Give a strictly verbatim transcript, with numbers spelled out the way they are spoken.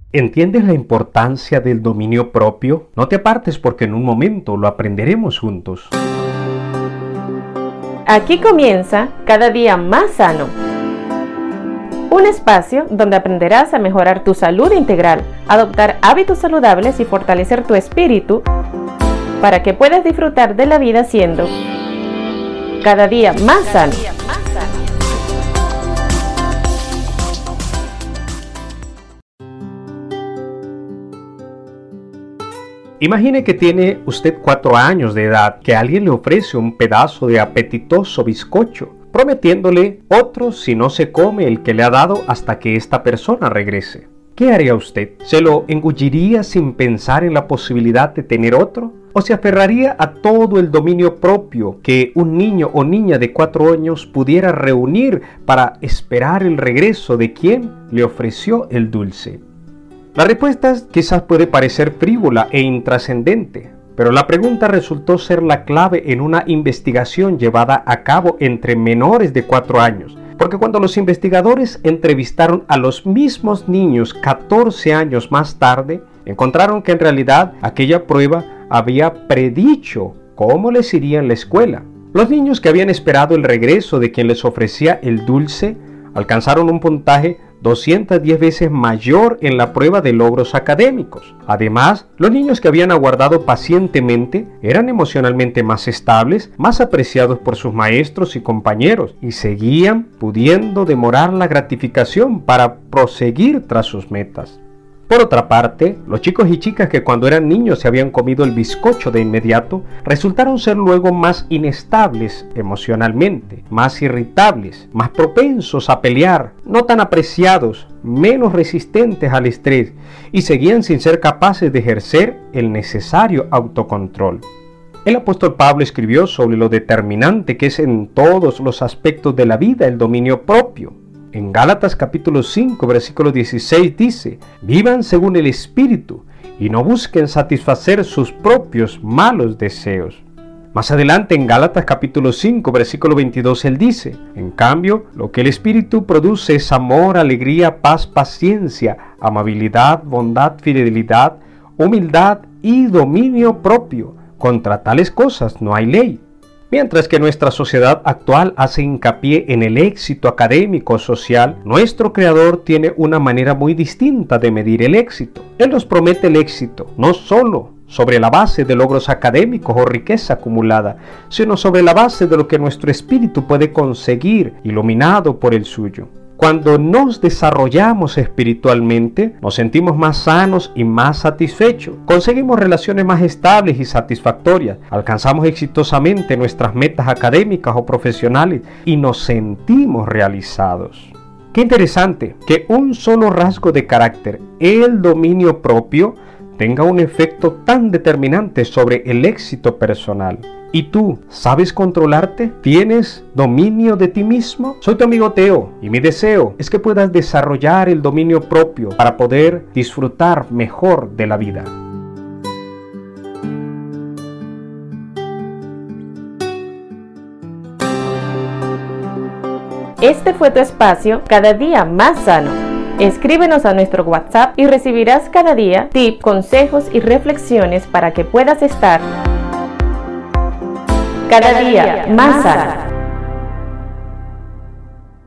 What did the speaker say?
¿Entiendes la importancia del dominio propio? No te apartes porque en un momento lo aprenderemos juntos. Aquí comienza Cada Día Más Sano. Un espacio donde aprenderás a mejorar tu salud integral, adoptar hábitos saludables y fortalecer tu espíritu para que puedas disfrutar de la vida siendo cada día más sano. Imagine que tiene usted cuatro años de edad, que alguien le ofrece un pedazo de apetitoso bizcocho, prometiéndole otro si no se come el que le ha dado hasta que esta persona regrese. ¿Qué haría usted? ¿Se lo engulliría sin pensar en la posibilidad de tener otro? ¿O se aferraría a todo el dominio propio que un niño o niña de cuatro años pudiera reunir para esperar el regreso de quien le ofreció el dulce? La respuesta quizás puede parecer frívola e intrascendente, pero la pregunta resultó ser la clave en una investigación llevada a cabo entre menores de cuatro años, porque cuando los investigadores entrevistaron a los mismos niños catorce años más tarde, encontraron que en realidad aquella prueba había predicho cómo les iría en la escuela. Los niños que habían esperado el regreso de quien les ofrecía el dulce alcanzaron un puntaje doscientas diez veces mayor en la prueba de logros académicos. Además, los niños que habían aguardado pacientemente eran emocionalmente más estables, más apreciados por sus maestros y compañeros, y seguían pudiendo demorar la gratificación para proseguir tras sus metas. Por otra parte, los chicos y chicas que cuando eran niños se habían comido el bizcocho de inmediato, resultaron ser luego más inestables emocionalmente, más irritables, más propensos a pelear, no tan apreciados, menos resistentes al estrés, y seguían sin ser capaces de ejercer el necesario autocontrol. El apóstol Pablo escribió sobre lo determinante que es en todos los aspectos de la vida el dominio propio. En Gálatas capítulo cinco, versículo dieciséis dice: vivan según el Espíritu y no busquen satisfacer sus propios malos deseos. Más adelante en Gálatas capítulo cinco, versículo veintidós, él dice: en cambio, lo que el Espíritu produce es amor, alegría, paz, paciencia, amabilidad, bondad, fidelidad, humildad y dominio propio. Contra tales cosas no hay ley. Mientras que nuestra sociedad actual hace hincapié en el éxito académico o social, nuestro Creador tiene una manera muy distinta de medir el éxito. Él nos promete el éxito, no solo sobre la base de logros académicos o riqueza acumulada, sino sobre la base de lo que nuestro espíritu puede conseguir, iluminado por el suyo. Cuando nos desarrollamos espiritualmente, nos sentimos más sanos y más satisfechos. Conseguimos relaciones más estables y satisfactorias. Alcanzamos exitosamente nuestras metas académicas o profesionales y nos sentimos realizados. Qué interesante que un solo rasgo de carácter, el dominio propio, tenga un efecto tan determinante sobre el éxito personal. ¿Y tú, sabes controlarte? ¿Tienes dominio de ti mismo? Soy tu amigo Teo y mi deseo es que puedas desarrollar el dominio propio para poder disfrutar mejor de la vida. Este fue tu espacio Cada Día Más Sano. Escríbenos a nuestro WhatsApp y recibirás cada día tips, consejos y reflexiones para que puedas estar cada día más sano.